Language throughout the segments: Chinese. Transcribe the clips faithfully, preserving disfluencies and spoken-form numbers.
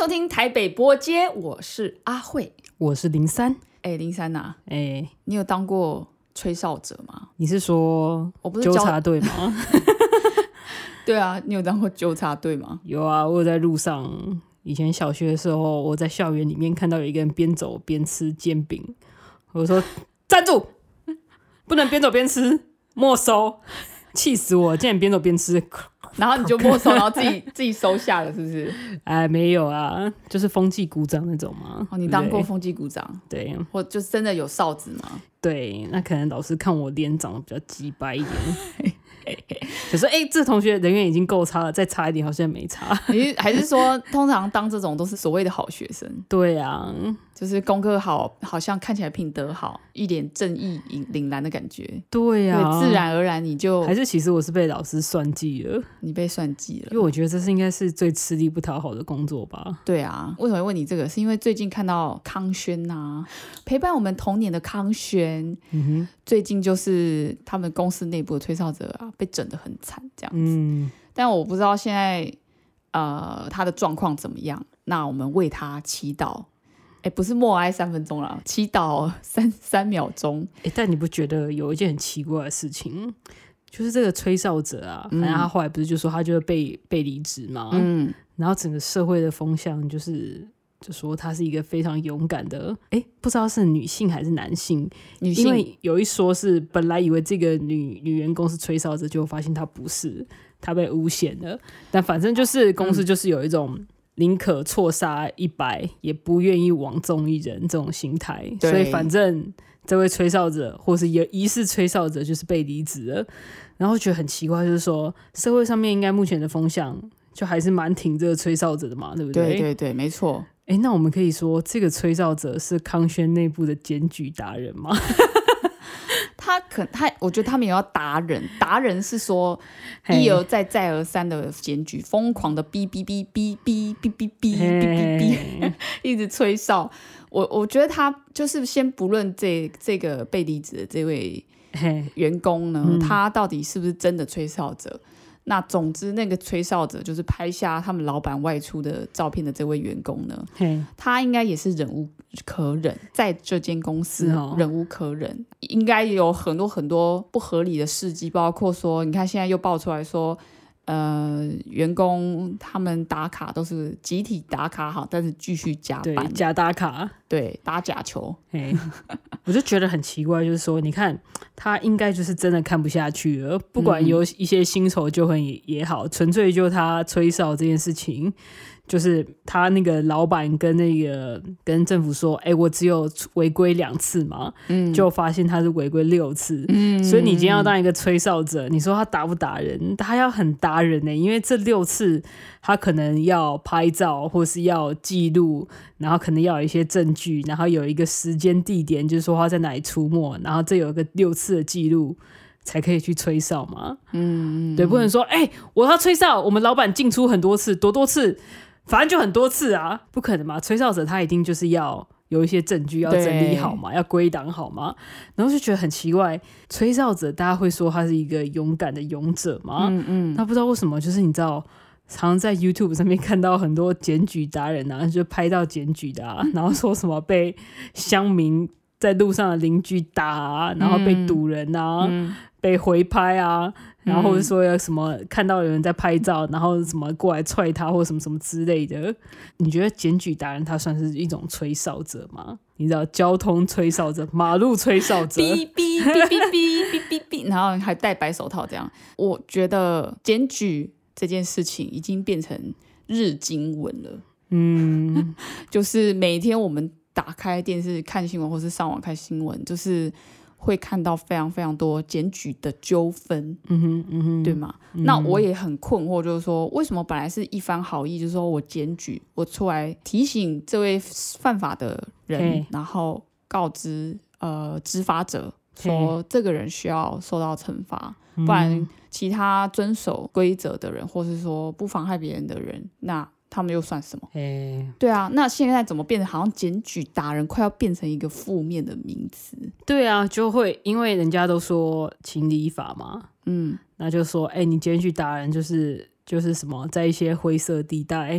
听台北播街，我是阿慧， 我是零三。 哎，零三呐， 哎， 你有当过吹哨者吗？ 你是说我不是纠察队吗？ 对啊，你有当过纠察队吗？ 有啊，我有在路上，以前小学的时候，我在校园里面看到有一个人边走边吃煎饼，我说站住，不能边走边吃，没收，气死我！竟然边走边吃。 然后你就没收，然后自己自己收下了，是不是？ 哎，没有啊，就是风纪股长那种嘛。 哦，你当过风纪股长？ 对， 或就真的有哨子吗？ 对，那可能老师看我脸长得比较鸡掰一点，就说：“哎、欸，这同学人缘已经够差了，再差一点好像没差。” 你还是说，通常当这种都是所谓的好学生？ 对啊， 就是功课好，好像看起来品德好，一脸正义凛然的感觉。 对啊， 对，自然而然你就还是其实我是被老师算计了， 你被算计了， 因为我觉得这是应该是最吃力不讨好的工作吧。 对啊，为什么会问你这个？是因为最近看到康轩啊，陪伴我们童年的康轩，嗯哼，最近就是他们公司内部的吹哨者啊，被整得很惨这样子。嗯，但我不知道现在呃他的状况怎么样。那我们为他祈祷。哎，不是默哀三分钟啦，祈祷三三秒钟。 哎，但你不觉得有一件很奇怪的事情，就是这个吹哨者啊，反正他后来不是就说他就会被被离职嘛，嗯，然后整个社会的风向就是就说他是一个非常勇敢的，哎，不知道是女性还是男性， 女性， 因为有一说是本来以为这个女女员工是吹哨者，结果发现她不是，她被诬陷了。但反正就是公司就是有一种。嗯，宁可错杀一百，也不愿意枉纵一人这种心态，所以反正这位吹哨者或是疑似吹哨者就是被离职了。然后觉得很奇怪，就是说社会上面应该目前的风向就还是蛮挺这个吹哨者的嘛，对不对？ 对对对，没错。 哎，那我们可以说这个吹哨者是康轩内部的检举达人吗？ 他可他，我觉得他们也要达人，达人是说一而再再而三的检举，疯狂的哔哔哔哔哔哔哔哔哔哔，一直吹哨。我我觉得他就是先不论这这个被离职的这位员工呢，嗯，他到底是不是真的吹哨者？那总之，那个吹哨者就是拍下他们老板外出的照片的这位员工呢，他应该也是忍无可忍，在这间公司忍无可忍，应该有很多很多不合理的事迹，包括说，你看现在又爆出来说，呃，员工他们打卡都是集体打卡好，但是继续加班， 对，假打卡， 对，打假球。 我就觉得很奇怪，就是说，你看他应该就是真的看不下去了，不管有一些新仇旧恨也好，纯粹就他吹哨这件事情。就是他那个老板跟那个跟政府说，哎、欸，我只有违规两次嘛，嗯，就发现他是违规六次，嗯，所以你今天要当一个吹哨者，你说他打不打人？他要很打人呢、欸，因为这六次他可能要拍照或是要记录，然后可能要有一些证据，然后有一个时间地点，就是说他在哪里出没，然后这有一个六次的记录。才可以去吹哨嘛，嗯，对，不能说，哎、欸，我要吹哨，我们老板进出很多次，多多次。反正就很多次啊，不可能嘛！吹哨者他一定就是要有一些证据要整理好嘛，要归档好嘛，然后就觉得很奇怪，吹哨者大家会说他是一个勇敢的勇者嘛，嗯嗯，那不知道为什么，就是你知道，常常在 YouTube 上面看到很多检举达人啊，就拍到检举的啊，然后说什么被乡民在路上的邻居打啊，然后被堵人啊，嗯、被回拍啊。然后或者说有什么看到有人在拍照，然后什么过来踹他或什么什么之类的，你觉得检举达人他算是一种吹哨者吗？你知道交通吹哨者、马路吹哨者， 哔哔哔哔哔哔哔哔，然后还戴白手套这样。我觉得检举这件事情已经变成日经文了，嗯，就是每天我们打开电视看新闻，或是上网看新闻，就是。会看到非常非常多检举的纠纷，嗯哼嗯哼，对吗？嗯、那我也很困惑，就是说，为什么本来是一番好意，就是说我检举，我出来提醒这位犯法的人，然后告知呃执法者说这个人需要受到惩罚，不然其他遵守规则的人，或是说不妨害别人的人，那。他们又算什么？对啊，那现在怎么变成好像检举达人快要变成一个负面的名词？ 对啊，就会因为人家都说情理法嘛，嗯，那就说哎、欸，你检举达人就是就是什么在一些灰色地带，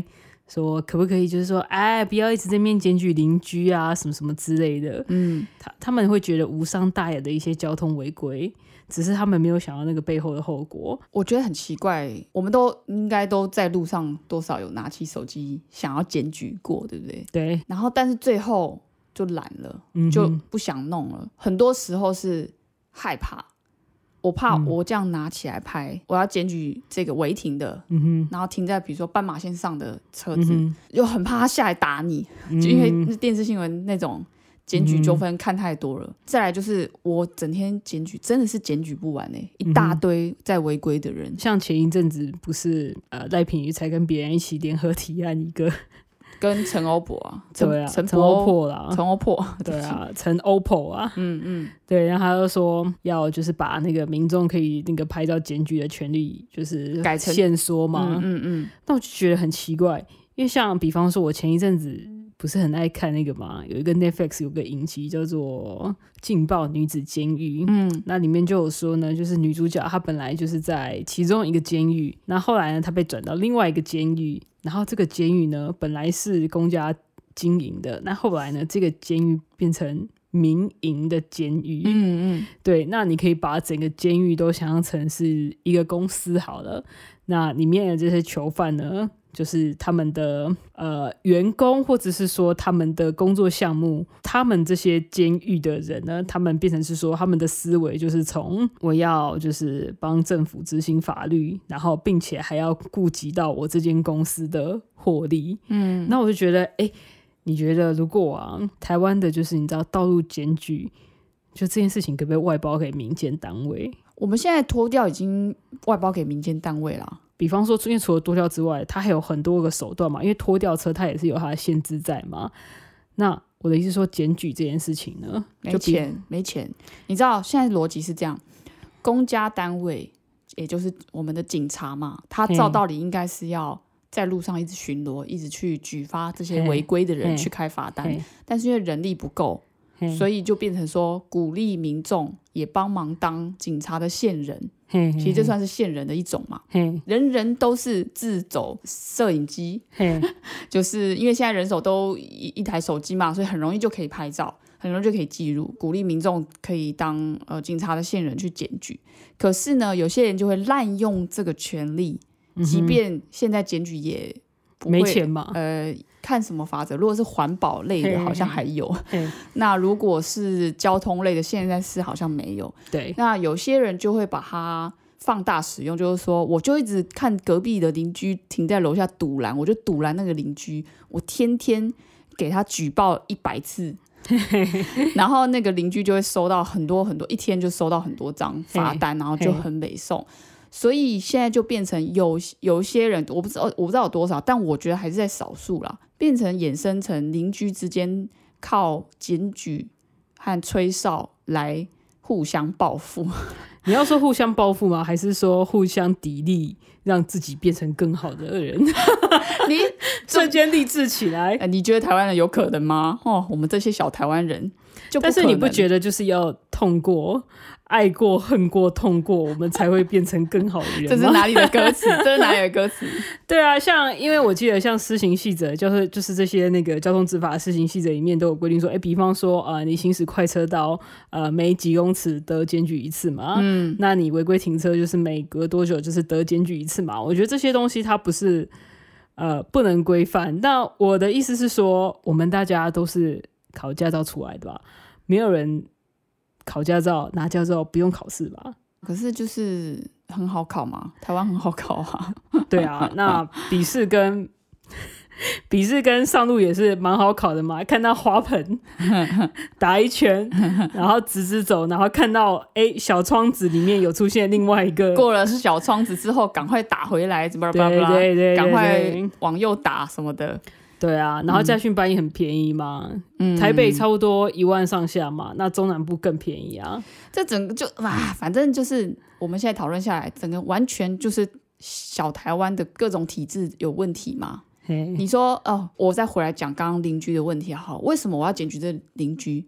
说可不可以就是说哎不要一直在那边检举邻居啊什么什么之类的。嗯，他他们会觉得无伤大雅的一些交通违规，只是他们没有想到那个背后的后果。 我觉得很奇怪，我们都应该都在路上多少有拿起手机想要检举过，对不对？ 对。 然后但是最后就懒了，嗯、就不想弄了。很多时候是害怕，我怕我这样拿起来拍，嗯、我要检举这个违停的，嗯、然后停在比如说斑马线上的车子，嗯、又很怕他下来打你，嗯、就因为电视新闻那种检举纠纷看太多了。嗯、再来就是我整天检举真的是检举不完哎、欸，一大堆在违规的人。 像前一阵子不是呃赖品妤才跟别人一起联合提案一个。 跟陈欧珀啊， 对啊， 陈欧珀啦， 陈欧珀， 对啊，陈欧珀啊，嗯嗯，对，然后他就说要就是把那个民众可以那个拍照检举的权利就是改成限缩嘛，嗯嗯嗯，那我就觉得很奇怪，因为像比方说我前一阵子不是很爱看那个嘛，有一个 Netflix 有个影集叫做《劲爆女子监狱》，嗯，那里面就有说呢，就是女主角她本来就是在其中一个监狱，那后来呢她被转到另外一个监狱，然后这个监狱呢本来是公家经营的，那后来呢这个监狱变成民营的监狱，嗯嗯，对，那你可以把整个监狱都想象成是一个公司好了，那里面的这些囚犯呢就是他们的呃员工，或者是说他们的工作项目，他们这些监狱的人呢，他们变成是说他们的思维就是从我要就是帮政府执行法律，然后并且还要顾及到我这间公司的获利。嗯，那我就觉得哎，你觉得如果啊台湾的就是你知道道路检举，就这件事情可不可以外包给民间单位？ 我们现在拖吊已经外包给民间单位了。 比方说因为除了拖吊之外它还有很多个手段嘛，因为拖吊车它也是有它的限制在嘛。那我的意思是说检举这件事情呢没钱没钱，你知道现在逻辑是这样，公家单位也就是我们的警察嘛，他照道理应该是要在路上一直巡逻，一直去举发这些违规的人去开罚单，但是因为人力不够，所以就变成说鼓励民众也帮忙当警察的线人，其实这算是线人的一种嘛，人人都是自走摄影机，就是因为现在人手都 一, 一台手机嘛，所以很容易就可以拍照，很容易就可以记录，鼓励民众可以当、呃、警察的线人去检举。可是呢有些人就会滥用这个权利，即便现在检举也不会没钱嘛， 呃，看什么法则，如果是环保类的好像还有，那如果是交通类的现在是好像没有。 对， 那有些人就会把它放大使用，就是说我就一直看隔壁的邻居停在楼下堵拦，我就堵拦那个邻居，我天天给他举报一百次然后那个邻居就会收到很多很多，一天就收到很多张罚单，然后就很美送。所以现在就变成有有一些人，我不知道我不知道有多少，但我觉得还是在少数啦，变成衍生成邻居之间靠检举和吹哨来互相报复。 你要说互相报复吗？还是说互相砥砺，让自己变成更好的人？你瞬间励志起来、 呃、你觉得台湾人有可能吗？哦，我们这些小台湾人就不可能。 但是你不觉得就是要痛过爱过恨过痛过我们才会变成更好的人吗？ 这是哪里的歌词？这是哪里的歌词？ 对啊，像因为我记得像施行细则，就是就是这些那个交通执法施行细则里面都有规定说，哎，比方说呃，你行驶快车道呃每几公尺得检举一次嘛，嗯，那你违规停车就是每隔多久就是得检举一次嘛。我觉得这些东西它不是呃不能规范，但我的意思是说，我们大家都是考驾照出来的吧，没有人考驾照拿驾照不用考试吧？ 可是就是很好考嘛，台湾很好考啊。 对啊，那笔试跟笔试跟上路也是蛮好考的嘛，看到花盆打一圈然后直直走，然后看到哎小窗子里面有出现另外一个， 过了是小窗子之后赶快打回来，对对对， 赶快往右打什么的。 对啊，然后驾训班也很便宜嘛、嗯、台北差不多一万上下嘛，那中南部更便宜啊。 这整个就啊，反正就是我们现在讨论下来，整个完全就是小台湾的各种体制有问题嘛。你说哦，我再回来讲刚刚邻居的问题好，为什么我要检举这邻居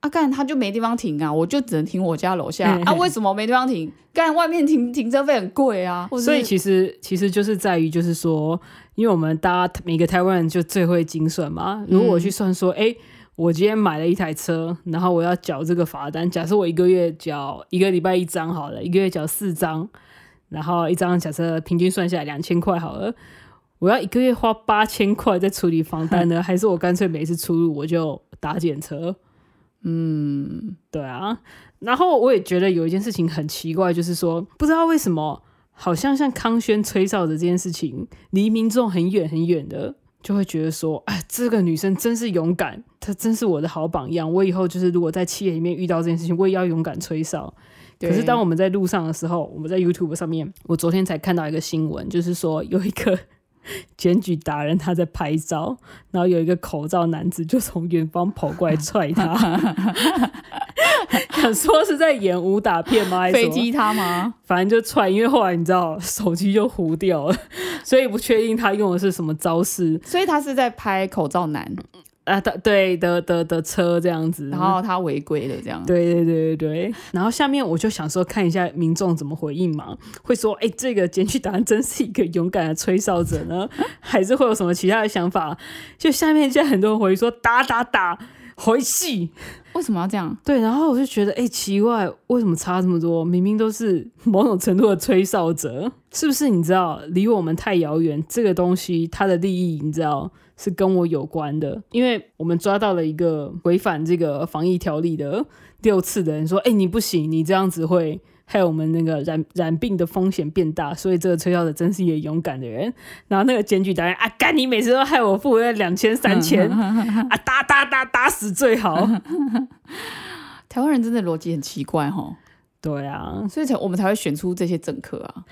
啊干他就没地方停啊，我就只能停我家楼下啊，为什么没地方停？干外面停停车费很贵啊。 所以其实其实就是在于就是说，因为我们大家每个台湾人就最会精算嘛，如果我去算说，哎、嗯，我今天买了一台车，然后我要缴这个罚单，假设我一个月缴一个礼拜一张好了，一个月缴四张，然后一张假设平均算下来两千块好了，我要一个月花八千块在处理房单呢，还是我干脆每次出入我就打检车？嗯，对啊。然后我也觉得有一件事情很奇怪，就是说不知道为什么，好像像康轩吹哨者这件事情离民众很远很远的，就会觉得说，哎，这个女生真是勇敢，她真是我的好榜样，我以后就是如果在企业里面遇到这件事情，我也要勇敢吹哨。可是当我们在路上的时候，我们在 YouTube 上面，我昨天才看到一个新闻，就是说有一个检举达人他在拍照，然后有一个口罩男子就从远方跑过来踹他想说是在演武打片吗？ 飞机他吗？ 反正就踹，因为后来你知道手机就糊掉了，所以不确定他用的是什么招式。 所以他是在拍口罩男啊，对的的的车这样子， 然后他违规了这样。 对对对对。然后下面我就想说看一下民众怎么回应嘛，会说哎、欸，这个检举达人真是一个勇敢的吹哨者呢，还是会有什么其他的想法？就下面现在很多人回说打打打回戏， 为什么要这样？ 对，然后我就觉得哎、欸，奇怪，为什么差这么多？明明都是某种程度的吹哨者，是不是？你知道离我们太遥远，这个东西它的利益你知道是跟我有关的，因为我们抓到了一个违反这个防疫条例的六次的人说，哎、欸，你不行，你这样子会害我们那个染染病的风险变大，所以这个吹哨者真是一个勇敢的人。然后那个检举达人啊，干你每次都害我付那两千三千啊，打打打打死最好。 台湾人真的逻辑很奇怪齁。 对啊， 所以才我们才会选出这些政客啊。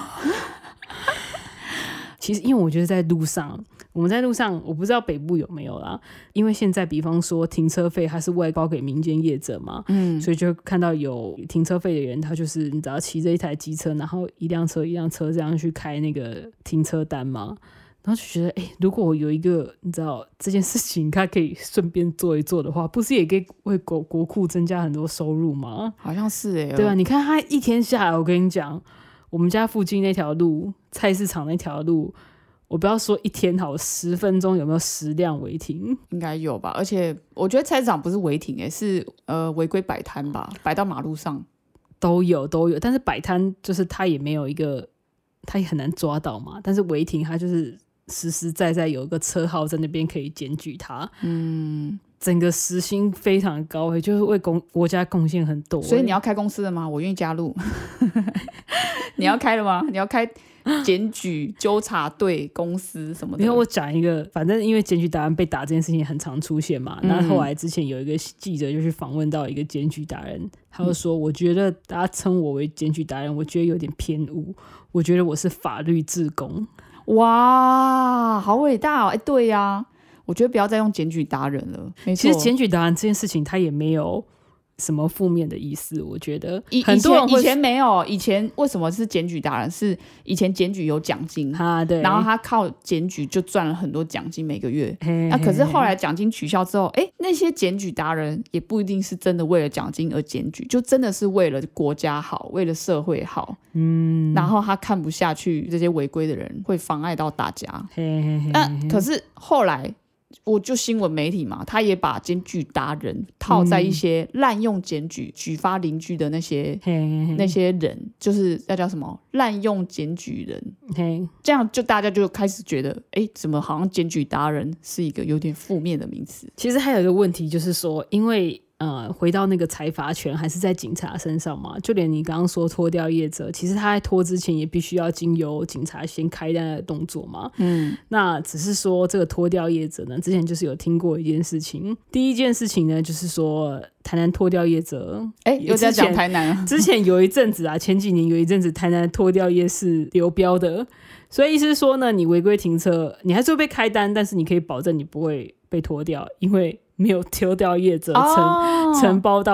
其实因为我觉得在路上，我们在路上，我不知道北部有没有啦，因为现在比方说停车费它是外包给民间业者嘛，嗯，所以就看到有停车费的人，他就是你只要骑着一台机车，然后一辆车一辆车这样去开那个停车单嘛，然后就觉得哎、欸，如果我有一个你知道这件事情它可以顺便做一做的话，不是也可以为国国库增加很多收入吗？ 好像是哎、欸， 对啊，你看他一天下来，我跟你讲，我们家附近那条路，菜市场那条路，我不要说一天好，十分钟有没有十辆违停？ 应该有吧。而且我觉得菜市场不是违停、欸，是呃违规摆摊吧，摆到马路上都有都有。但是摆摊就是他也没有一个，他也很难抓到嘛。但是违停他就是实实在在有一个车号在那边可以检举他。嗯。整个时薪非常高、欸、就是为公国家贡献很多、欸、 所以你要开公司了吗？我愿意加入。你要开了吗？你要开检举纠察队公司什么的？ 因为我讲一个，反正因为检举达人被打这件事情很常出现嘛，那、嗯、后来之前有一个记者就去访问到一个检举达人，他就说、嗯、我觉得大家称我为检举达人，我觉得有点偏误，我觉得我是法律志工。 哇，好伟大哦！哎，对呀、啊。我觉得不要再用检举达人了。没错， 其实检举达人这件事情，他也没有什么负面的意思。我觉得以很多人以前以前没有，以前为什么是检举达人？是以前检举有奖金啊，对， 然后他靠检举就赚了很多奖金，每个月。那、啊、可是后来奖金取消之后，哎，那些检举达人也不一定是真的为了奖金而检举，就真的是为了国家好，为了社会好。嗯，然后他看不下去这些违规的人会妨碍到大家。那、啊、可是后来。我就新闻媒体嘛，他也把检举达人套在一些滥用检举、举发邻居的那些、嗯、那些人，就是那叫什么滥用检举人，嗯、这样就大家就开始觉得，哎，怎么好像检举达人是一个有点负面的名词？ 其实还有一个问题就是说，因为。呃，回到那个裁罚权还是在警察身上嘛？就连你刚刚说拖吊业者，其实他在拖之前也必须要经由警察先开单的动作嘛。嗯，那只是说这个拖吊业者呢，之前就是有听过一件事情。第一件事情呢，就是说台南拖吊业者， 哎，又在讲台南啊。 之前有一阵子啊，前几年有一阵子台南的拖吊业是流标的，所以意思是说呢，你违规停车，你还是会被开单，但是你可以保证你不会被拖吊，因为没有丢掉业者承、oh. 承包到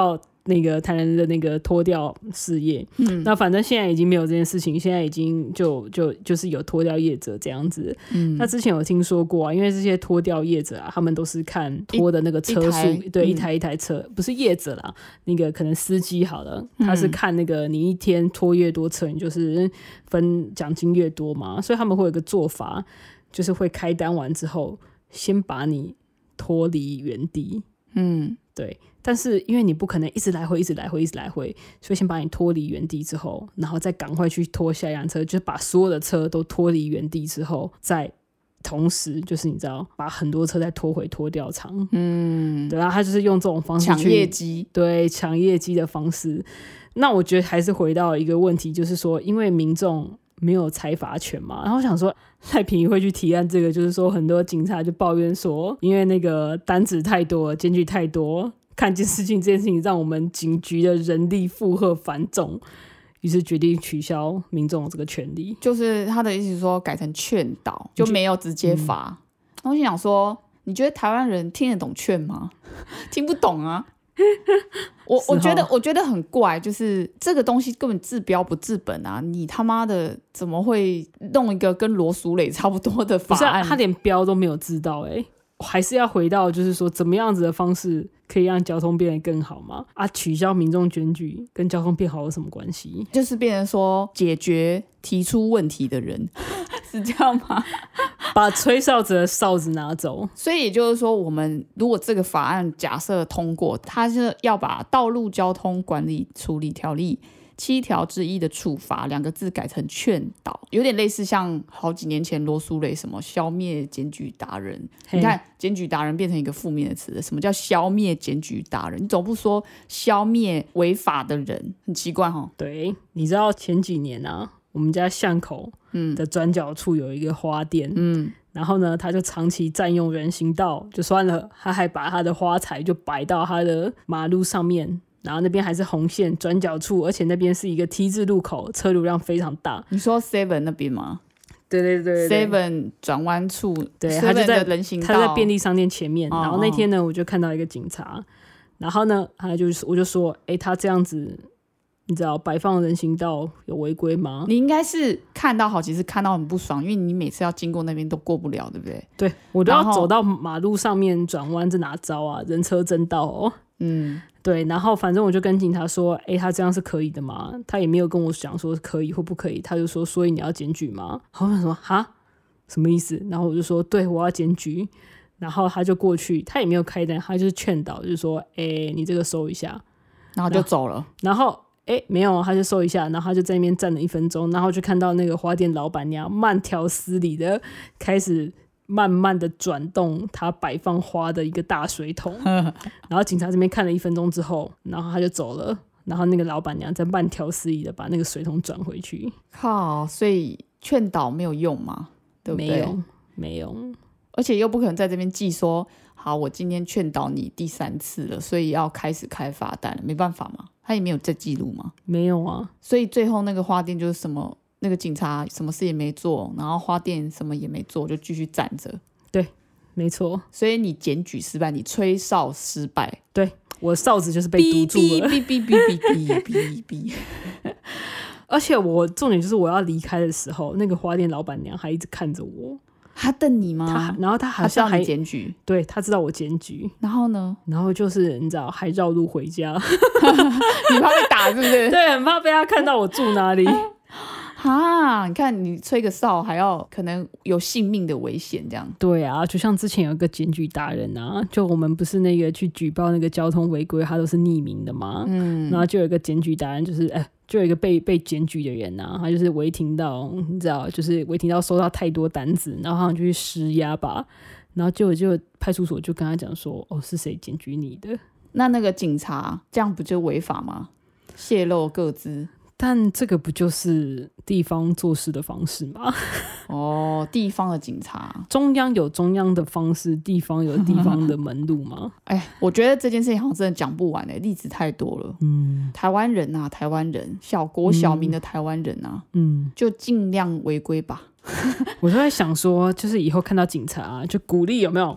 那个台南的那个拖吊事业，嗯，那反正现在已经没有这件事情，现在已经就就就是有拖吊业者这样子，嗯，那之前有听说过啊，因为这些拖吊业者啊，他们都是看拖的那个车速，对，一台一台车，嗯，不是业者啦，那个可能司机好了，他是看那个你一天拖越多车，你就是分奖金越多嘛，所以他们会有一个做法，就是会开单完之后，先把你脱离原地，嗯，对。但是因为你不可能一直来回一直来回一直来回，所以先把你脱离原地之后，然后再赶快去拖下一辆车，就是把所有的车都脱离原地之后，再同时就是你知道把很多车再拖回拖吊场，嗯，对，然后他就是用这种方式去抢业绩， 对，抢业绩的方式。那我觉得还是回到一个问题，就是说因为民众没有裁罚权嘛，然后我想说赖品妤会去提案这个，就是说很多警察就抱怨说因为那个单子太多，检举太多，看见事情这件事情让我们警局的人力负荷繁重，于是决定取消民众这个权利。 就是他的意思是说改成劝导，就没有直接罚。然后我想说，你觉得台湾人听得懂劝吗？听不懂啊。我我觉得我觉得很怪，就是这个东西根本治标不治本啊！你他妈的怎么会弄一个跟罗淑蕾差不多的法案？ 不是啊，他连标都没有知道哎、欸。还是要回到就是说怎么样子的方式可以让交通变得更好吗？啊，取消民众检举跟交通变好有什么关系？ 就是变成说解决提出问题的人是这样吗？ 把吹哨子的哨子拿走。 所以也就是说，我们如果这个法案假设通过，它是要把道路交通管理处理条例七条之一的处罚两个字改成劝导，有点类似像好几年前罗淑蕾什么消灭检举达人，你看检举达人变成一个负面的词，什么叫消灭检举达人？你总不说消灭违法的人，很奇怪齁。 对，你知道前几年啊，我们家巷口的转角处有一个花店，嗯，然后呢他就长期占用人行道就算了，他还把他的花材就摆到他的马路上面，然后那边还是红线转角处，而且那边是一个 T 字路口，车流量非常大。 你说 Seven 那边吗？ 对对对对 Seven 转弯处， 对，他就在人行道， 他在便利商店前面。哦、然后那天呢，我就看到一个警察，然后呢，他就是我就说，哎，他这样子，你知道摆放人行道有违规吗？ 你应该是看到好，其实看到很不爽，因为你每次要经过那边都过不了，对不对？ 对，我都要走到马路上面转弯，这哪招啊？人车争道哦。嗯，对，然后反正我就跟警察说，哎，他这样是可以的吗？他也没有跟我讲说可以或不可以，他就说，所以你要检举吗？然后我想说，哈，什么意思？然后我就说，对，我要检举。然后他就过去，他也没有开单，他就是劝导，就是说，哎，你这个收一下， 然后就走了。 然后，哎，没有，他就收一下，然后他就在那边站了一分钟，然后就看到那个花店老板娘慢条斯理的开始慢慢的转动他摆放花的一个大水桶，然后警察这边看了一分钟之后，然后他就走了，然后那个老板娘再慢条斯理的把那个水桶转回去。 靠，所以劝导没有用吗？对不对？ 没有，没有， 而且又不可能在这边记说，好，我今天劝导你第三次了，所以要开始开罚单了，没办法嘛，他也没有在记录嘛。 没有啊， 所以最后那个花店就是什么。那个警察什么事也没做，然后花店什么也没做，就继续站着。 对，没错。 所以你检举失败，你吹哨失败。 对，我哨子就是被堵住了。 哔哔哔哔哔哔哔。 而且我重点就是我要离开的时候，那个花店老板娘还一直看着我。 他瞪你吗？ 他然后他好像还检举， 对，他知道我检举。 然后呢？ 然后就是你知道，还绕路回家。 你怕被打是不是？ 对，很怕被他看到我住哪里。 啊！你看，你吹个哨还要可能有性命的危险，这样。 对啊，就像之前有一个检举达人啊，就我们不是那个去举报那个交通违规，他都是匿名的嘛。嗯。然后就有一个检举达人，就是哎、欸，就有一个被被检举的人啊，他就是违停到，你知道，就是违停到收到太多单子，然后好像就去施压吧，然后就就派出所就跟他讲说，哦，是谁检举你的？ 那那个警察这样不就违法吗？泄露个资。 但这个不就是地方做事的方式吗？ 哦，地方的警察， 中央有中央的方式，地方有地方的门路吗？ 哎，我觉得这件事情好像真的讲不完哎、欸，例子太多了。嗯，台湾人啊，台湾人，小国小民的台湾人啊，嗯，就尽量违规吧。 我就在想说，就是以后看到警察、啊，就鼓励有没有？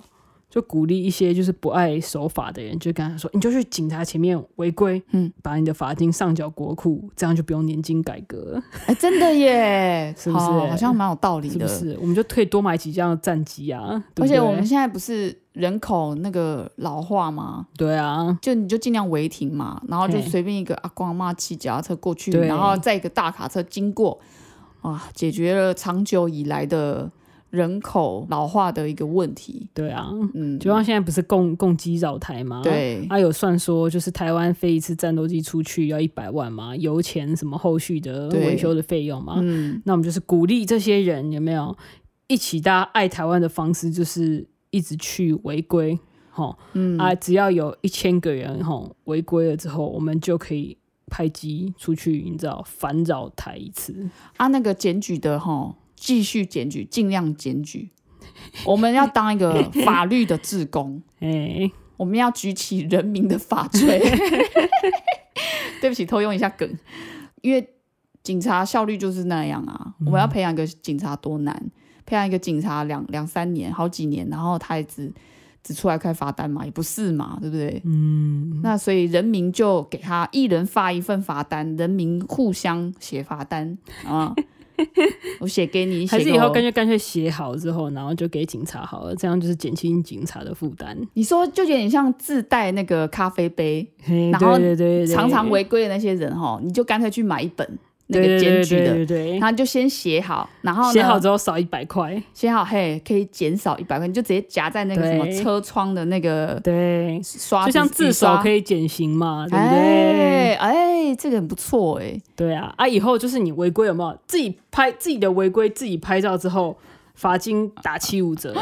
就鼓励一些就是不爱守法的人，就跟他说，你就去警察前面违规，嗯，把你的罚金上缴国库，这样就不用年金改革了。 哎、欸，真的耶， 是不是？ 好, 好像蛮有道理的， 是不是？我们就可以多买几辆战机啊，对不对？ 而且我们现在不是人口那个老化吗？ 对啊， 就你就尽量违停嘛，然后就随便一个阿公阿嬷骑脚踏车过去，然后再一个大卡车经过，哇，解决了长久以来的人口老化的一个问题。 对啊，嗯，就像现在不是共共机绕台吗？ 对， 他、啊、有算说，就是台湾飞一次战斗机出去要一百万嘛，油钱什么后续的维修的费用嘛。嗯，那我们就是鼓励这些人有没有一起大家爱台湾的方式，就是一直去违规。嗯、啊，只要有一千个人违规了之后，我们就可以派机出去，你知道反扰台一次啊。那个检举的齁，继续检举，尽量检举。我们要当一个法律的志工，欸、我们要举起人民的法锤。对不起，偷用一下梗，因为警察效率就是那样啊。嗯、我们要培养一个警察多难，培养一个警察两两三年、好几年，然后他也只。只出来开罚单嘛，也不是嘛，对不对？嗯，那所以人民就给他一人发一份罚单，人民互相写罚单啊。我写给你， 还是以后干脆干脆写好之后，然后就给警察好了，这样就是减轻警察的负担。 你说就有点像自带那个咖啡杯，然后常常违规的那些人哈，你就干脆去买一本。那个检举的， 对对对对对， 然后你就先写好，然后写好之后少一百块， 写好嘿可以减少一百块，你就直接夹在那个什么车窗的那个对刷， 就像自首可以减刑嘛，对不对？ 哎哎，这个很不错哎。 对啊，啊以后就是你违规有没有自己拍自己的违规，自己拍照之后，罚金打七五折。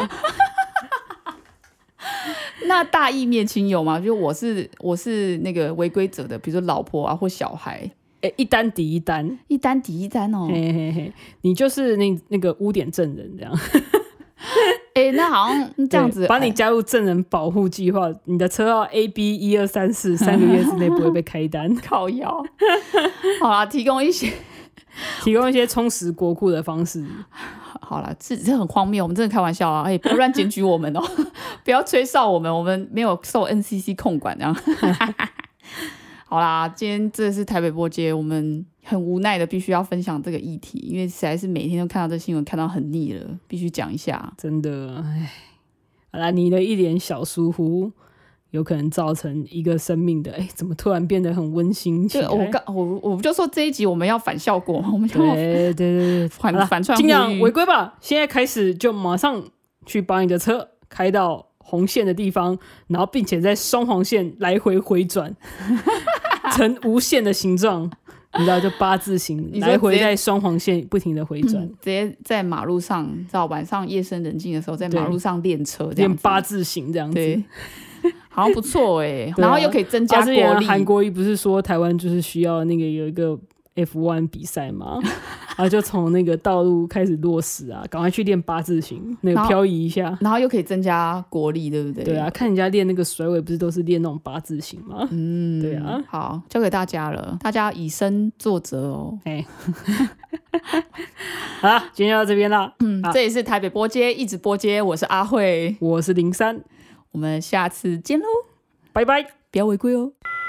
那大义灭亲有吗？就我是我是那个违规者的，比如说老婆啊或小孩。 欸、一单抵一单， 一单抵一单哦。 嘿嘿嘿，你就是那那个污点证人这样。 哎、欸，那好像这样子， 把你加入证人保护计划，你的车号 A B 一二三四，三个月之内不会被开单。 靠腰。好啦，提供一些提供一些充实国库的方式。 好啦，这这很荒谬，我们真的开玩笑啊！哎、欸，不要乱检举我们哦，不要吹哨我们，我们没有受 N C C 控管这样。好啦，今天这是台北波街，我们很无奈的必须要分享这个议题，因为实在是每天都看到这新闻，看到很腻了，必须讲一下。真的，哎，好啦，你的一点小疏忽，有可能造成一个生命的，哎，怎么突然变得很温馨起来？我刚我我不就说这一集我们要反效果吗？我们就对对对反反串，尽量违规吧。现在开始就马上去把你的车开到红线的地方，然后并且在双黄线来回回转。成无限的形状，你知道就八字形来回在双黄线不停的回转、嗯，直接在马路上，到晚上夜深人静的时候，在马路上练车，练八字形这样子，对，好像不错哎、欸啊。然后又可以增加国力。韩国瑜不是说台湾就是需要那个有一个 F 一 比赛吗？然后就从那个道路开始落实啊，赶快去练八字形，那个漂移一下，然后又可以增加国力，对不对？对啊，看人家练那个甩尾，不是都是练那种八字形吗？嗯，对啊。好，交给大家了，大家以身作则哦。哎，好啦，今天就到这边啦。嗯，这里是台北波街，一直波街，我是阿慧，我是零三，我们下次见喽，拜拜，不要违规哦。